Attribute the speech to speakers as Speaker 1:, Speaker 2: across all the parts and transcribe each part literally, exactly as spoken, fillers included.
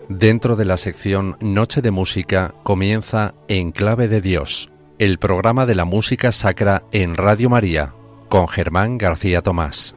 Speaker 1: Dentro de la sección Noche de Música comienza En Clave de Dios, el programa de la música sacra en Radio María, con Germán García Tomás.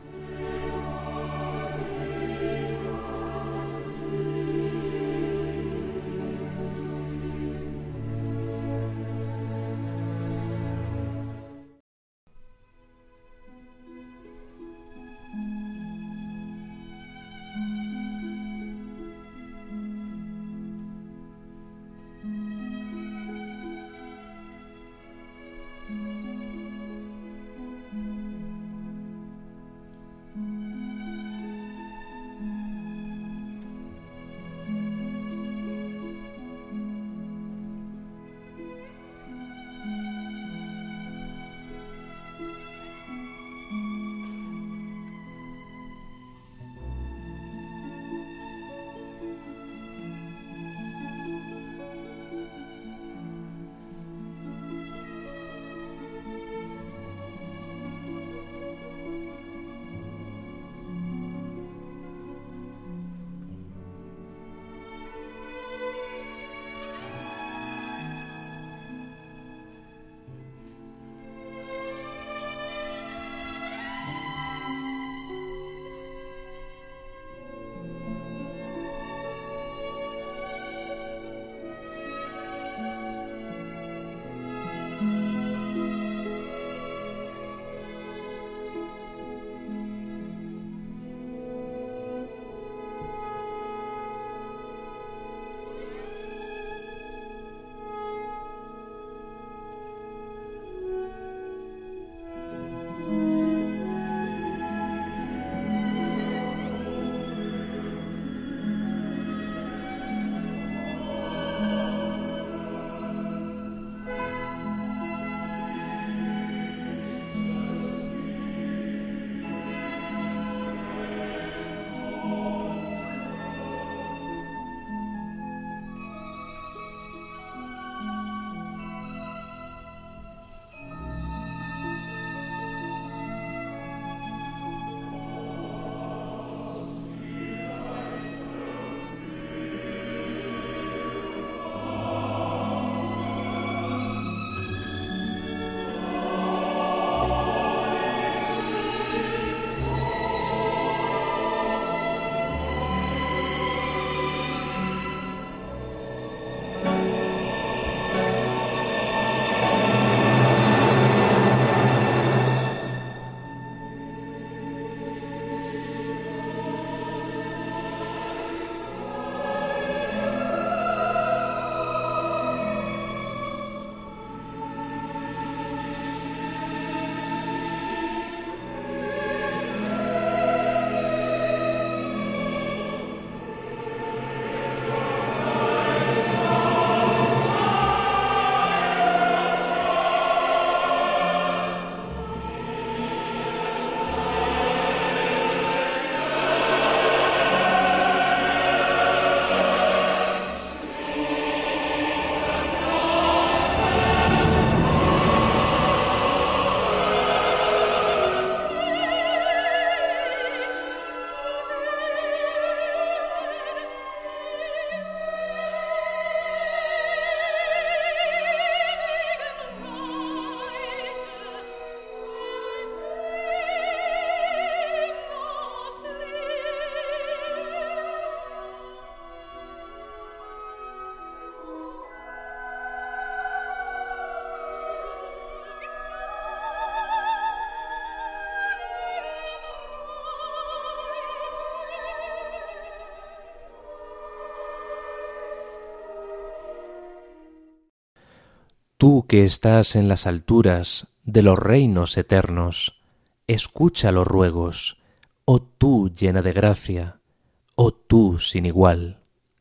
Speaker 2: Tú que estás en las alturas de los reinos eternos, escucha los ruegos, oh tú llena de gracia, oh tú sin igual.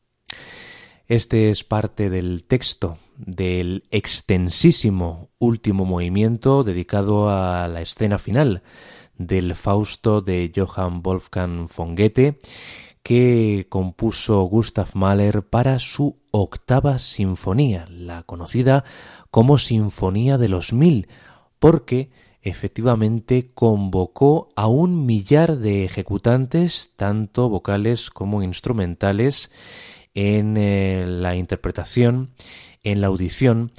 Speaker 2: Este es parte del texto del extensísimo último movimiento dedicado a la escena final del Fausto de Johann Wolfgang von Goethe, que compuso Gustav Mahler para su octava sinfonía, la conocida como Sinfonía de los Mil, porque efectivamente convocó a un millar de ejecutantes, tanto vocales como instrumentales, en eh, la interpretación, en la audición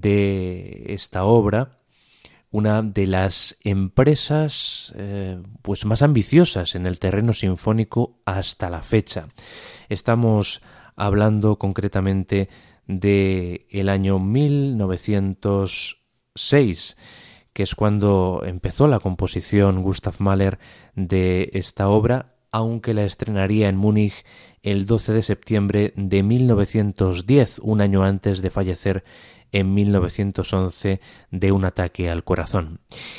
Speaker 2: de esta obra, una de las empresas eh, pues más ambiciosas en el terreno sinfónico hasta la fecha. Estamos hablando concretamente de el año mil novecientos seis, que es cuando empezó la composición Gustav Mahler de esta obra, aunque la estrenaría en Múnich el doce de septiembre de mil novecientos diez, un año antes de fallecer en mil novecientos once de un ataque al corazón.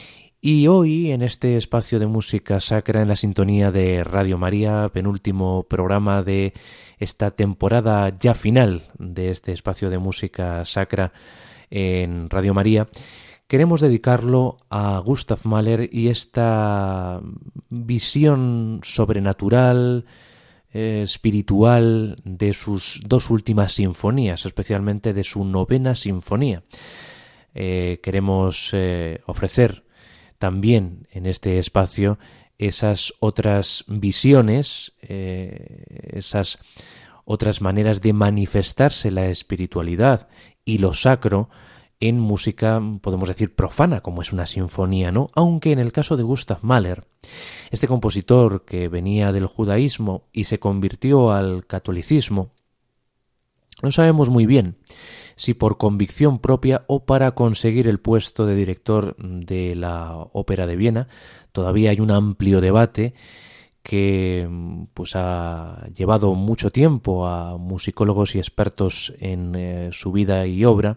Speaker 2: Y hoy, en este espacio de música sacra en la sintonía de Radio María, penúltimo programa de esta temporada ya final de este espacio de música sacra en Radio María, queremos dedicarlo a Gustav Mahler y esta visión sobrenatural, eh, espiritual de sus dos últimas sinfonías, especialmente de su novena sinfonía. Eh, queremos eh, ofrecer también en este espacio esas otras visiones, eh, esas otras maneras de manifestarse la espiritualidad y lo sacro en música, podemos decir, profana, como es una sinfonía, ¿no? Aunque en el caso de Gustav Mahler, este compositor que venía del judaísmo y se convirtió al catolicismo, no sabemos muy bien si por convicción propia o para conseguir el puesto de director de la Ópera de Viena. Todavía hay un amplio debate que pues ha llevado mucho tiempo a musicólogos y expertos en eh, su vida y obra.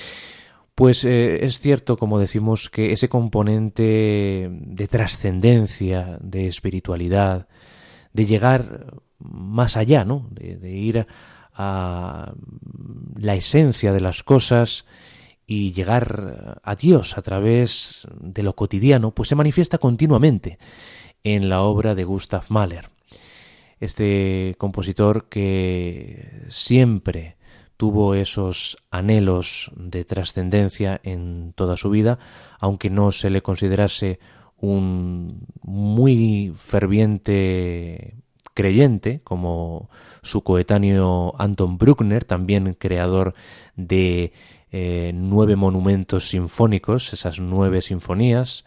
Speaker 2: Pues eh, es cierto, como decimos, que ese componente de trascendencia, de espiritualidad, de llegar más allá, ¿no? De, de ir a, a la esencia de las cosas y llegar a Dios a través de lo cotidiano, pues se manifiesta continuamente en la obra de Gustav Mahler. Este compositor que siempre tuvo esos anhelos de trascendencia en toda su vida, aunque no se le considerase un muy ferviente creyente, como su coetáneo Anton Bruckner, también creador de eh, nueve monumentos sinfónicos, esas nueve sinfonías,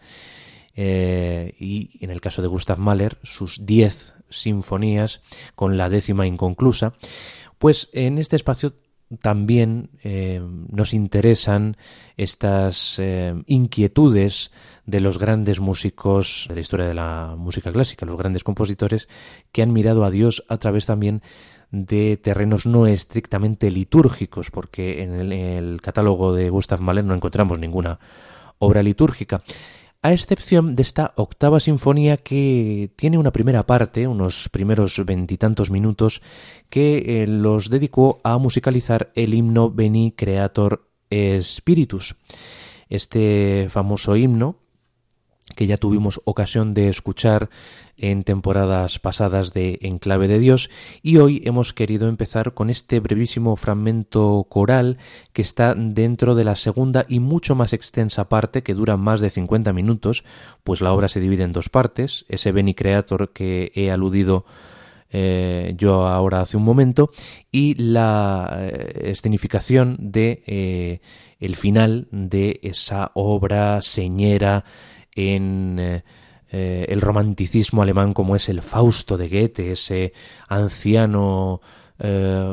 Speaker 2: eh, y en el caso de Gustav Mahler, sus diez sinfonías, con la décima inconclusa. Pues en este espacio también eh, nos interesan estas eh, inquietudes de los grandes músicos de la historia de la música clásica, los grandes compositores que han mirado a Dios a través también de terrenos no estrictamente litúrgicos, porque en el, en el catálogo de Gustav Mahler no encontramos ninguna obra litúrgica, a excepción de esta octava sinfonía que tiene una primera parte, unos primeros veintitantos minutos, que eh, los dedicó a musicalizar el himno Veni Creator Spiritus. Este famoso himno, que ya tuvimos ocasión de escuchar en temporadas pasadas de En Clave de Dios, y hoy hemos querido empezar con este brevísimo fragmento coral que está dentro de la segunda y mucho más extensa parte, que dura más de cincuenta minutos, pues la obra se divide en dos partes, ese Veni Creator que he aludido eh, yo ahora hace un momento, y la eh, escenificación de eh, el final de esa obra señera en eh, eh, el romanticismo alemán, como es el Fausto de Goethe, ese anciano eh,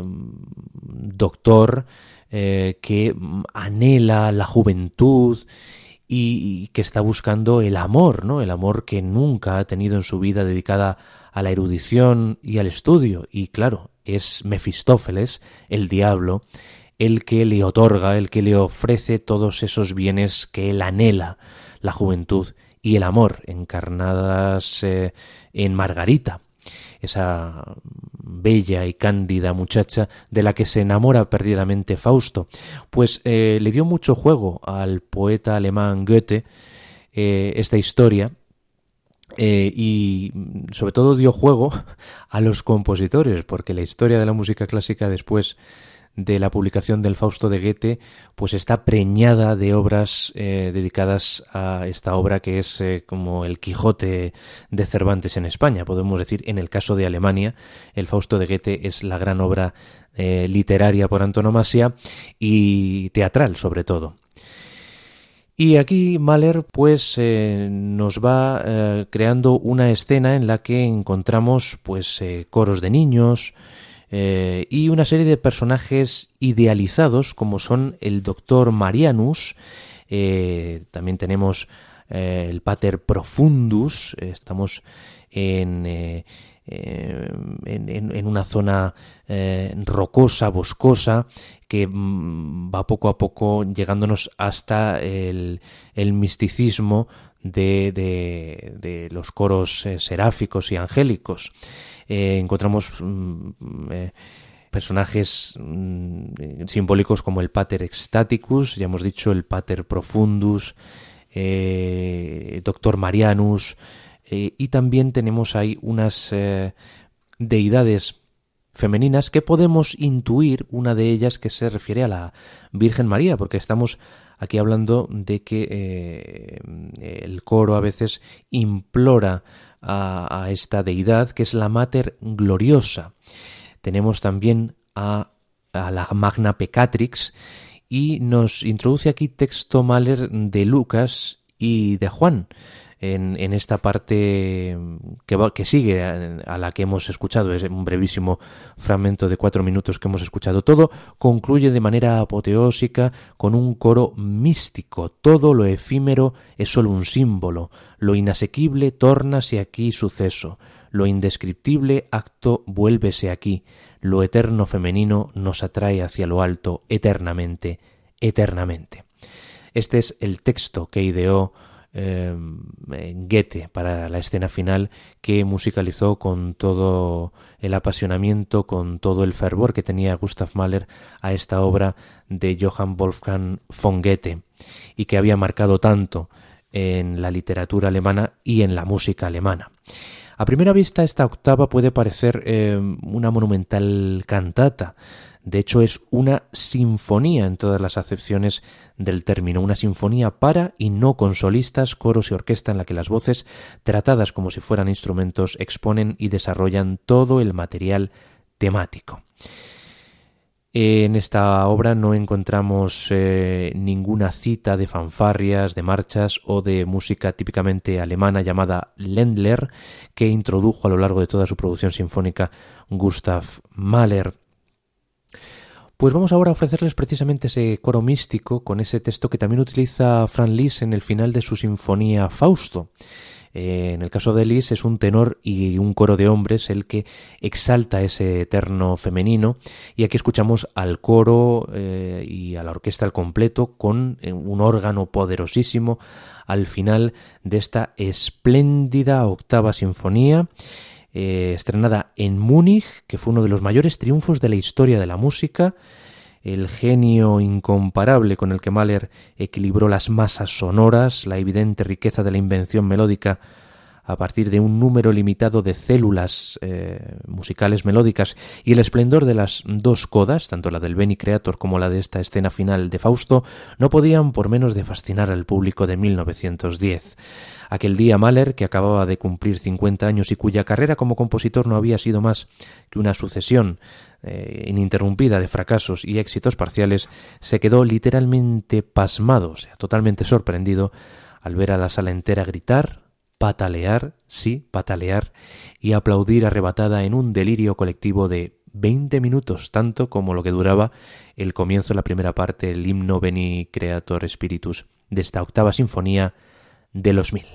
Speaker 2: doctor eh, que anhela la juventud y, y que está buscando el amor, ¿no? El amor que nunca ha tenido en su vida, dedicada a la erudición y al estudio. Y claro, es Mefistófeles, el diablo, el que le otorga, el que le ofrece todos esos bienes que él anhela, la juventud y el amor, encarnadas eh, en Margarita, esa bella y cándida muchacha de la que se enamora perdidamente Fausto. Pues eh, le dio mucho juego al poeta alemán Goethe eh, esta historia, eh, y sobre todo dio juego a los compositores, porque la historia de la música clásica después de la publicación del Fausto de Goethe, pues está preñada de obras eh, dedicadas a esta obra que es eh, como el Quijote de Cervantes en España. Podemos decir, en el caso de Alemania, el Fausto de Goethe es la gran obra eh, literaria por antonomasia y teatral sobre todo. Y aquí Mahler pues eh, nos va eh, creando una escena en la que encontramos pues eh, coros de niños eh, y una serie de personajes idealizados como son el doctor Marianus, eh, también tenemos eh, el Pater Profundus, eh, estamos en... Eh, Eh, en, en, en una zona eh, rocosa, boscosa, que mm, va poco a poco llegándonos hasta el, el misticismo de, de, de los coros eh, seráficos y angélicos. Eh, encontramos mm, eh, personajes mm, simbólicos como el Pater Ecstaticus, ya hemos dicho el Pater Profundus, eh, Doctor Marianus, Eh, y también tenemos ahí unas eh, deidades femeninas que podemos intuir, una de ellas que se refiere a la Virgen María, porque estamos aquí hablando de que eh, el coro a veces implora a, a esta deidad que es la Mater Gloriosa. Tenemos también a, a la Magna Peccatrix y nos introduce aquí texto Mahler de Lucas y de Juan. En, en esta parte que, va, que sigue a, a la que hemos escuchado, es un brevísimo fragmento de cuatro minutos que hemos escuchado. Todo concluye de manera apoteósica con un coro místico. Todo lo efímero es solo un símbolo, lo inasequible tórnase aquí suceso, lo indescriptible acto vuélvese aquí, lo eterno femenino nos atrae hacia lo alto eternamente, eternamente. Este es el texto que ideó Eh, Goethe para la escena final, que musicalizó con todo el apasionamiento, con todo el fervor que tenía Gustav Mahler a esta obra de Johann Wolfgang von Goethe y que había marcado tanto en la literatura alemana y en la música alemana. A primera vista esta octava puede parecer eh, una monumental cantata. De hecho, es una sinfonía en todas las acepciones del término, una sinfonía para y no con solistas, coros y orquesta en la que las voces, tratadas como si fueran instrumentos, exponen y desarrollan todo el material temático. En esta obra no encontramos eh, ninguna cita de fanfarrias, de marchas o de música típicamente alemana llamada Ländler, que introdujo a lo largo de toda su producción sinfónica Gustav Mahler. Pues vamos ahora a ofrecerles precisamente ese coro místico con ese texto que también utiliza Franz Liszt en el final de su sinfonía Fausto. Eh, en el caso de Liszt es un tenor y un coro de hombres el que exalta ese eterno femenino, y aquí escuchamos al coro eh, y a la orquesta al completo con eh, un órgano poderosísimo al final de esta espléndida octava sinfonía. Eh, estrenada en Múnich, que fue uno de los mayores triunfos de la historia de la música, el genio incomparable con el que Mahler equilibró las masas sonoras, la evidente riqueza de la invención melódica a partir de un número limitado de células eh, musicales melódicas y el esplendor de las dos codas, tanto la del Beni Creator como la de esta escena final de Fausto, no podían por menos de fascinar al público de mil novecientos diez. Aquel día Mahler, que acababa de cumplir cincuenta años y cuya carrera como compositor no había sido más que una sucesión eh, ininterrumpida de fracasos y éxitos parciales, se quedó literalmente pasmado, o sea, totalmente sorprendido al ver a la sala entera gritar, patalear, sí, patalear, y aplaudir arrebatada en un delirio colectivo de veinte minutos, tanto como lo que duraba el comienzo de la primera parte, el himno Beni Creator Spiritus de esta octava sinfonía de los mil.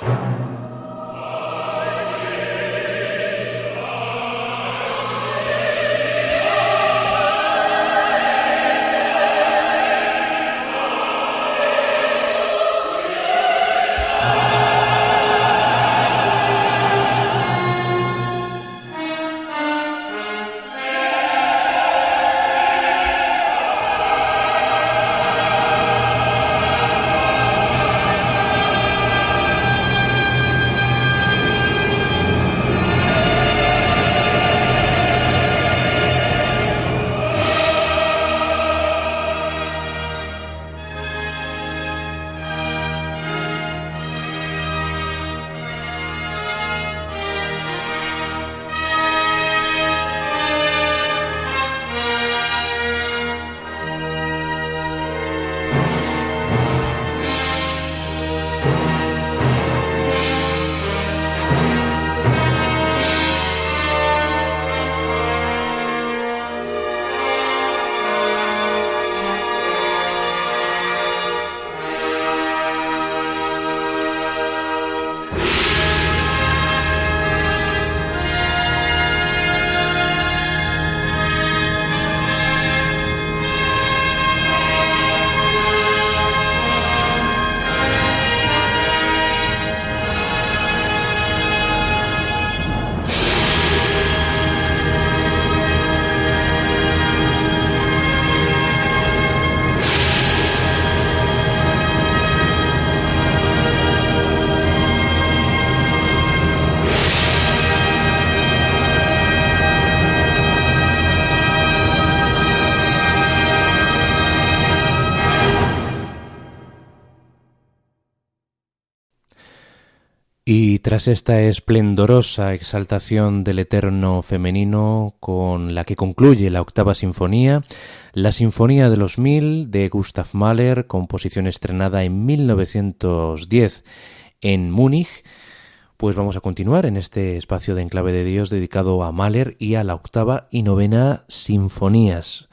Speaker 2: Y tras esta esplendorosa exaltación del eterno femenino con la que concluye la octava sinfonía, la Sinfonía de los Mil de Gustav Mahler, composición estrenada en mil novecientos diez en Múnich, pues vamos a continuar en este espacio de Enclave de Dios dedicado a Mahler y a la octava y novena sinfonías,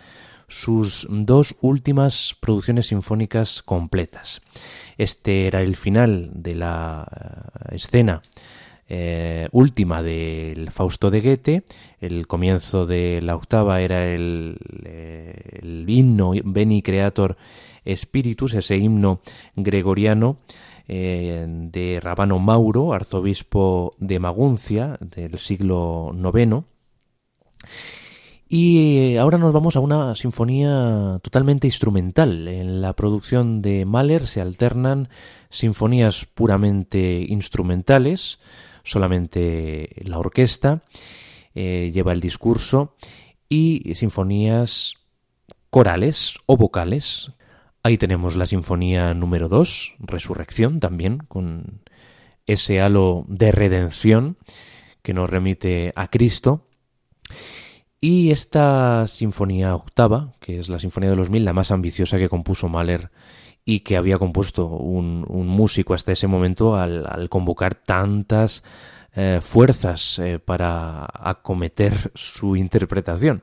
Speaker 2: sus dos últimas producciones sinfónicas completas. Este era el final de la escena eh, última del Fausto de Goethe. El comienzo de la octava era el, el himno Veni Creator Spiritus, ese himno gregoriano eh, de Rabano Mauro, arzobispo de Maguncia del siglo noveno. Y ahora nos vamos a una sinfonía totalmente instrumental. En la producción de Mahler se alternan sinfonías puramente instrumentales, solamente la orquesta eh, lleva el discurso, y sinfonías corales o vocales. Ahí tenemos la sinfonía número dos, Resurrección, también con ese halo de redención que nos remite a Cristo. Y esta sinfonía octava, que es la Sinfonía de los Mil, la más ambiciosa que compuso Mahler y que había compuesto un, un músico hasta ese momento al, al convocar tantas eh, fuerzas eh, para acometer su interpretación.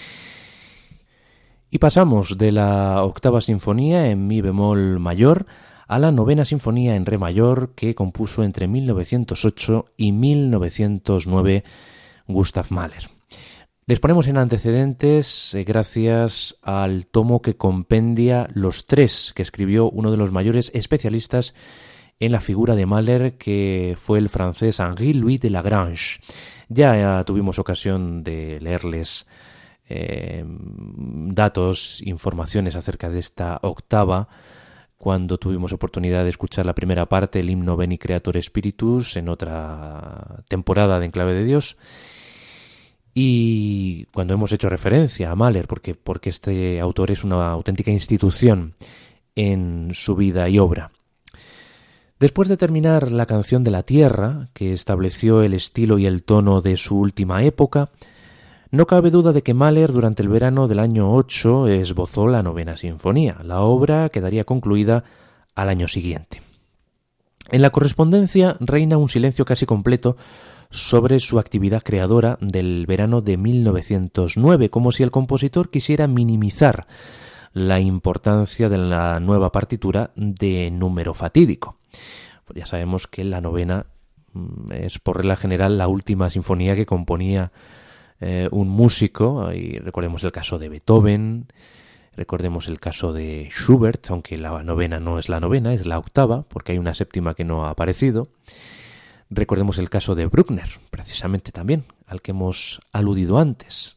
Speaker 2: Y pasamos de la octava sinfonía en mi bemol mayor a la novena sinfonía en re mayor que compuso entre mil novecientos ocho y mil novecientos nueve Gustav Mahler. Les ponemos en antecedentes eh, gracias al tomo que compendia los tres que escribió uno de los mayores especialistas en la figura de Mahler, que fue el francés Henri-Louis de Lagrange. Ya, ya tuvimos ocasión de leerles eh, datos, informaciones acerca de esta octava cuando tuvimos oportunidad de escuchar la primera parte, el himno Veni Creator Spiritus, en otra temporada de Enclave de Dios. Y cuando hemos hecho referencia a Mahler, porque, porque este autor es una auténtica institución en su vida y obra. Después de terminar la canción de la Tierra, que estableció el estilo y el tono de su última época, no cabe duda de que Mahler durante el verano del año ocho esbozó la novena sinfonía. La obra quedaría concluida al año siguiente. En la correspondencia reina un silencio casi completo sobre su actividad creadora del verano de mil novecientos nueve, como si el compositor quisiera minimizar la importancia de la nueva partitura de Número Fatídico. Pues ya sabemos que la novena es por regla general la última sinfonía que componía eh, un músico, y recordemos el caso de Beethoven, recordemos el caso de Schubert, aunque la novena no es la novena, es la octava, porque hay una séptima que no ha aparecido. Recordemos el caso de Bruckner, precisamente también, al que hemos aludido antes.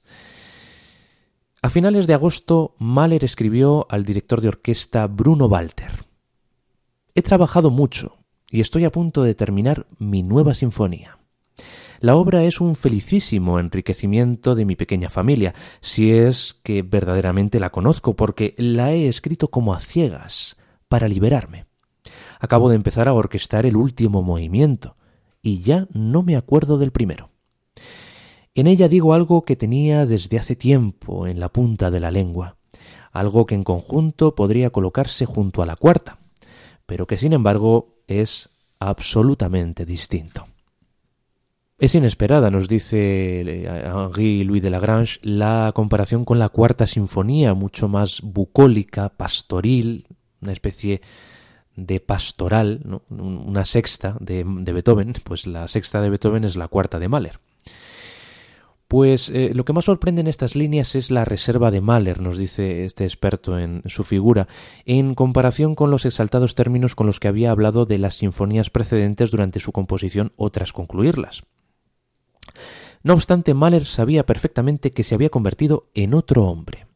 Speaker 2: A finales de agosto, Mahler escribió al director de orquesta Bruno Walter: «He trabajado mucho y estoy a punto de terminar mi nueva sinfonía. La obra es un felicísimo enriquecimiento de mi pequeña familia, si es que verdaderamente la conozco, porque la he escrito como a ciegas, para liberarme. Acabo de empezar a orquestar el último movimiento, y ya no me acuerdo del primero. En ella digo algo que tenía desde hace tiempo en la punta de la lengua, algo que en conjunto podría colocarse junto a la cuarta, pero que sin embargo es absolutamente distinto». Es inesperada, nos dice Henri Louis de Lagrange, la comparación con la cuarta sinfonía, mucho más bucólica, pastoril, una especie de pastoral, ¿no? Una sexta de, de Beethoven. Pues la sexta de Beethoven es la cuarta de Mahler. Pues eh, lo que más sorprende en estas líneas es la reserva de Mahler, nos dice este experto en su figura, en comparación con los exaltados términos con los que había hablado de las sinfonías precedentes durante su composición o tras concluirlas. No obstante, Mahler sabía perfectamente que se había convertido en otro hombre.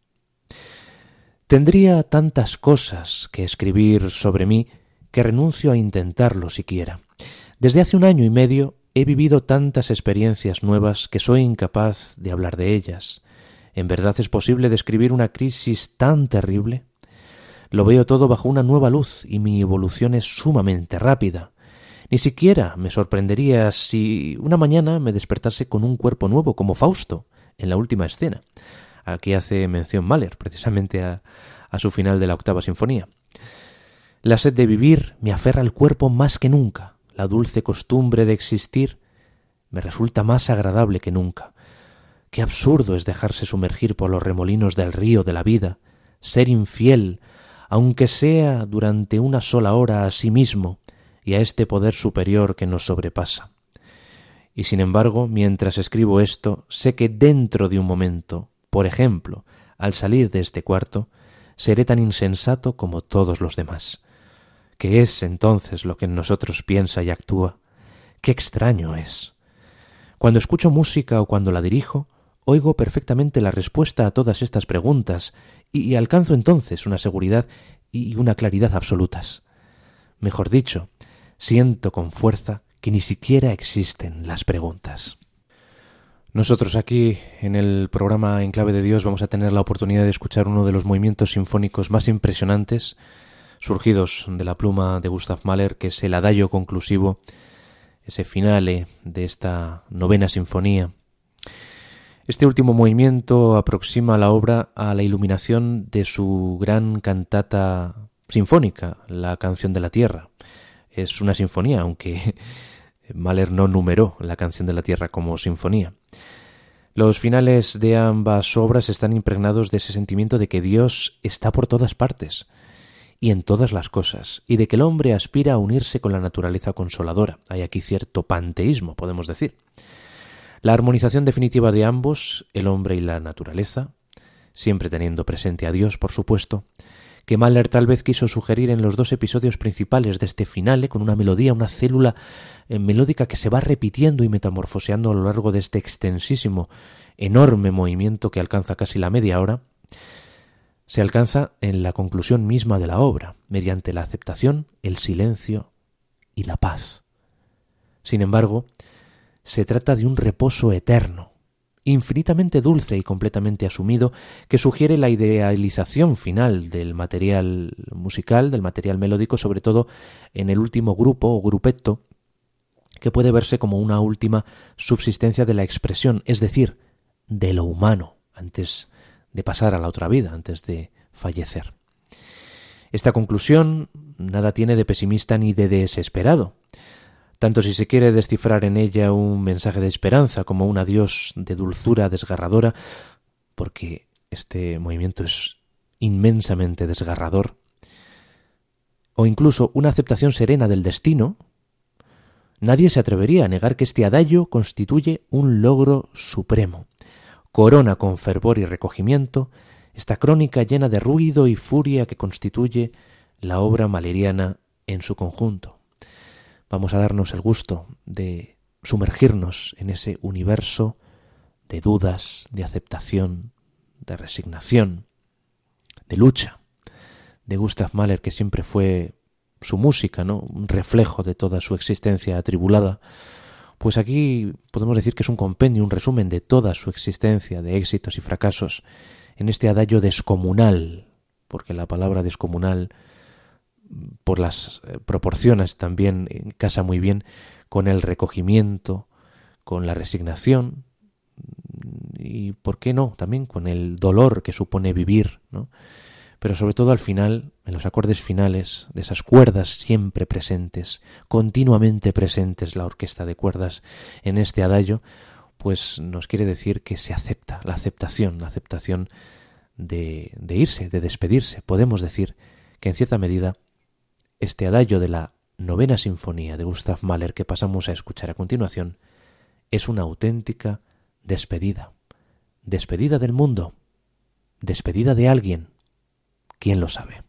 Speaker 2: «Tendría tantas cosas que escribir sobre mí que renuncio a intentarlo siquiera. Desde hace un año y medio he vivido tantas experiencias nuevas que soy incapaz de hablar de ellas. ¿En verdad es posible describir una crisis tan terrible? Lo veo todo bajo una nueva luz y mi evolución es sumamente rápida. Ni siquiera me sorprendería si una mañana me despertase con un cuerpo nuevo, como Fausto, en la última escena». Aquí hace mención Mahler, precisamente a, a su final de la octava sinfonía. «La sed de vivir me aferra al cuerpo más que nunca. La dulce costumbre de existir me resulta más agradable que nunca. Qué absurdo es dejarse sumergir por los remolinos del río de la vida, ser infiel, aunque sea durante una sola hora, a sí mismo y a este poder superior que nos sobrepasa. Y sin embargo, mientras escribo esto, sé que dentro de un momento, por ejemplo, al salir de este cuarto, seré tan insensato como todos los demás. ¿Qué es entonces lo que en nosotros piensa y actúa? ¡Qué extraño es! Cuando escucho música o cuando la dirijo, oigo perfectamente la respuesta a todas estas preguntas y, y alcanzo entonces una seguridad y una claridad absolutas. Mejor dicho, siento con fuerza que ni siquiera existen las preguntas». Nosotros aquí en el programa En Clave de Dios vamos a tener la oportunidad de escuchar uno de los movimientos sinfónicos más impresionantes surgidos de la pluma de Gustav Mahler, que es el adagio conclusivo, ese finale de esta novena sinfonía. Este último movimiento aproxima la obra a la iluminación de su gran cantata sinfónica, La Canción de la Tierra. Es una sinfonía, aunque Mahler no numeró La Canción de la Tierra como sinfonía. Los finales de ambas obras están impregnados de ese sentimiento de que Dios está por todas partes y en todas las cosas, y de que el hombre aspira a unirse con la naturaleza consoladora. Hay aquí cierto panteísmo, podemos decir. La armonización definitiva de ambos, el hombre y la naturaleza, siempre teniendo presente a Dios, por supuesto, que Mahler tal vez quiso sugerir en los dos episodios principales de este finale, con una melodía, una célula eh, melódica que se va repitiendo y metamorfoseando a lo largo de este extensísimo, enorme movimiento que alcanza casi la media hora, se alcanza en la conclusión misma de la obra, mediante la aceptación, el silencio y la paz. Sin embargo, se trata de un reposo eterno, infinitamente dulce y completamente asumido, que sugiere la idealización final del material musical, del material melódico, sobre todo en el último grupo o grupetto, que puede verse como una última subsistencia de la expresión, es decir, de lo humano, antes de pasar a la otra vida, antes de fallecer. Esta conclusión nada tiene de pesimista ni de desesperado, tanto si se quiere descifrar en ella un mensaje de esperanza como un adiós de dulzura desgarradora, porque este movimiento es inmensamente desgarrador. o incluso una aceptación serena del destino, nadie se atrevería a negar que este adagio constituye un logro supremo. Corona con fervor y recogimiento esta crónica llena de ruido y furia que constituye la obra maleriana en su conjunto. Vamos a darnos el gusto de sumergirnos en ese universo de dudas, de aceptación, de resignación, de lucha, de Gustav Mahler, que siempre fue su música, ¿no?, un reflejo de toda su existencia atribulada. Pues aquí podemos decir que es un compendio, un resumen de toda su existencia, de éxitos y fracasos, en este adagio descomunal, porque la palabra descomunal, por las proporciones también, casa muy bien con el recogimiento, con la resignación y, ¿por qué no?, también con el dolor que supone vivir, ¿no? Pero sobre todo al final, en los acordes finales, de esas cuerdas siempre presentes, continuamente presentes, la orquesta de cuerdas en este adagio, pues nos quiere decir que se acepta, la aceptación, la aceptación de, de irse, de despedirse. Podemos decir que en cierta medida este adagio de la novena sinfonía de Gustav Mahler que pasamos a escuchar a continuación es una auténtica despedida, despedida del mundo, despedida de alguien. ¿Quién lo sabe?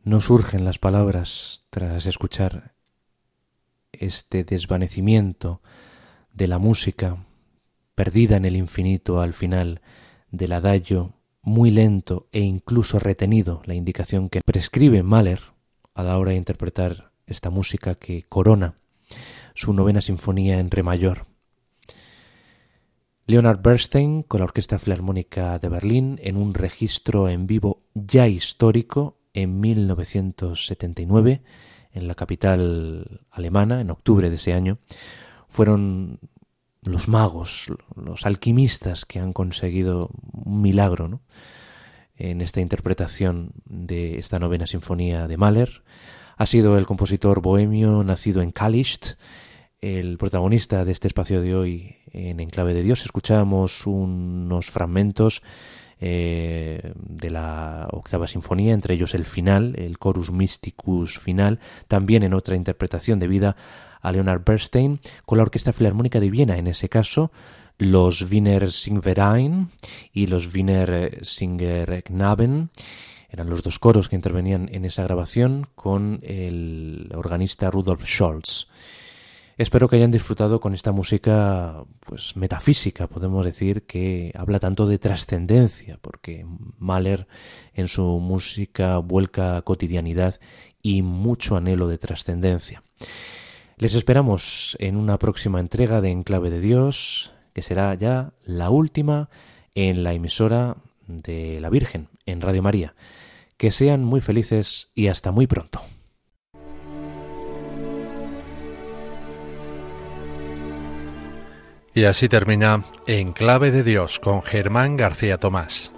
Speaker 2: No surgen las palabras tras escuchar este desvanecimiento de la música perdida en el infinito al final del adagio muy lento e incluso retenido, la indicación que prescribe Mahler a la hora de interpretar esta música que corona su novena sinfonía en re mayor. Leonard Bernstein con la Orquesta Filarmónica de Berlín en un registro en vivo ya histórico en mil novecientos setenta y nueve en la capital alemana, en octubre de ese año. Fueron los magos, los alquimistas que han conseguido un milagro, ¿no?, en esta interpretación de esta novena sinfonía de Mahler. Ha sido el compositor bohemio nacido en Kalisz el protagonista de este espacio de hoy en Enclave de Dios. Escuchamos unos fragmentos eh, de la octava sinfonía, entre ellos el final, el Chorus Mysticus final, también en otra interpretación debida a Leonard Bernstein, con la Orquesta Filarmónica de Viena, en ese caso los Wiener Singverein y los Wiener Singerknaben. Eran los dos coros que intervenían en esa grabación con el organista Rudolf Scholz. Espero que hayan disfrutado con esta música pues metafísica, podemos decir, que habla tanto de trascendencia, porque Mahler en su música vuelca cotidianidad y mucho anhelo de trascendencia. Les esperamos en una próxima entrega de Enclave de Dios, que será ya la última en la emisora de la Virgen, en Radio María. Que sean muy felices y hasta muy pronto.
Speaker 1: Y así termina Enclave de Dios con Germán García Tomás.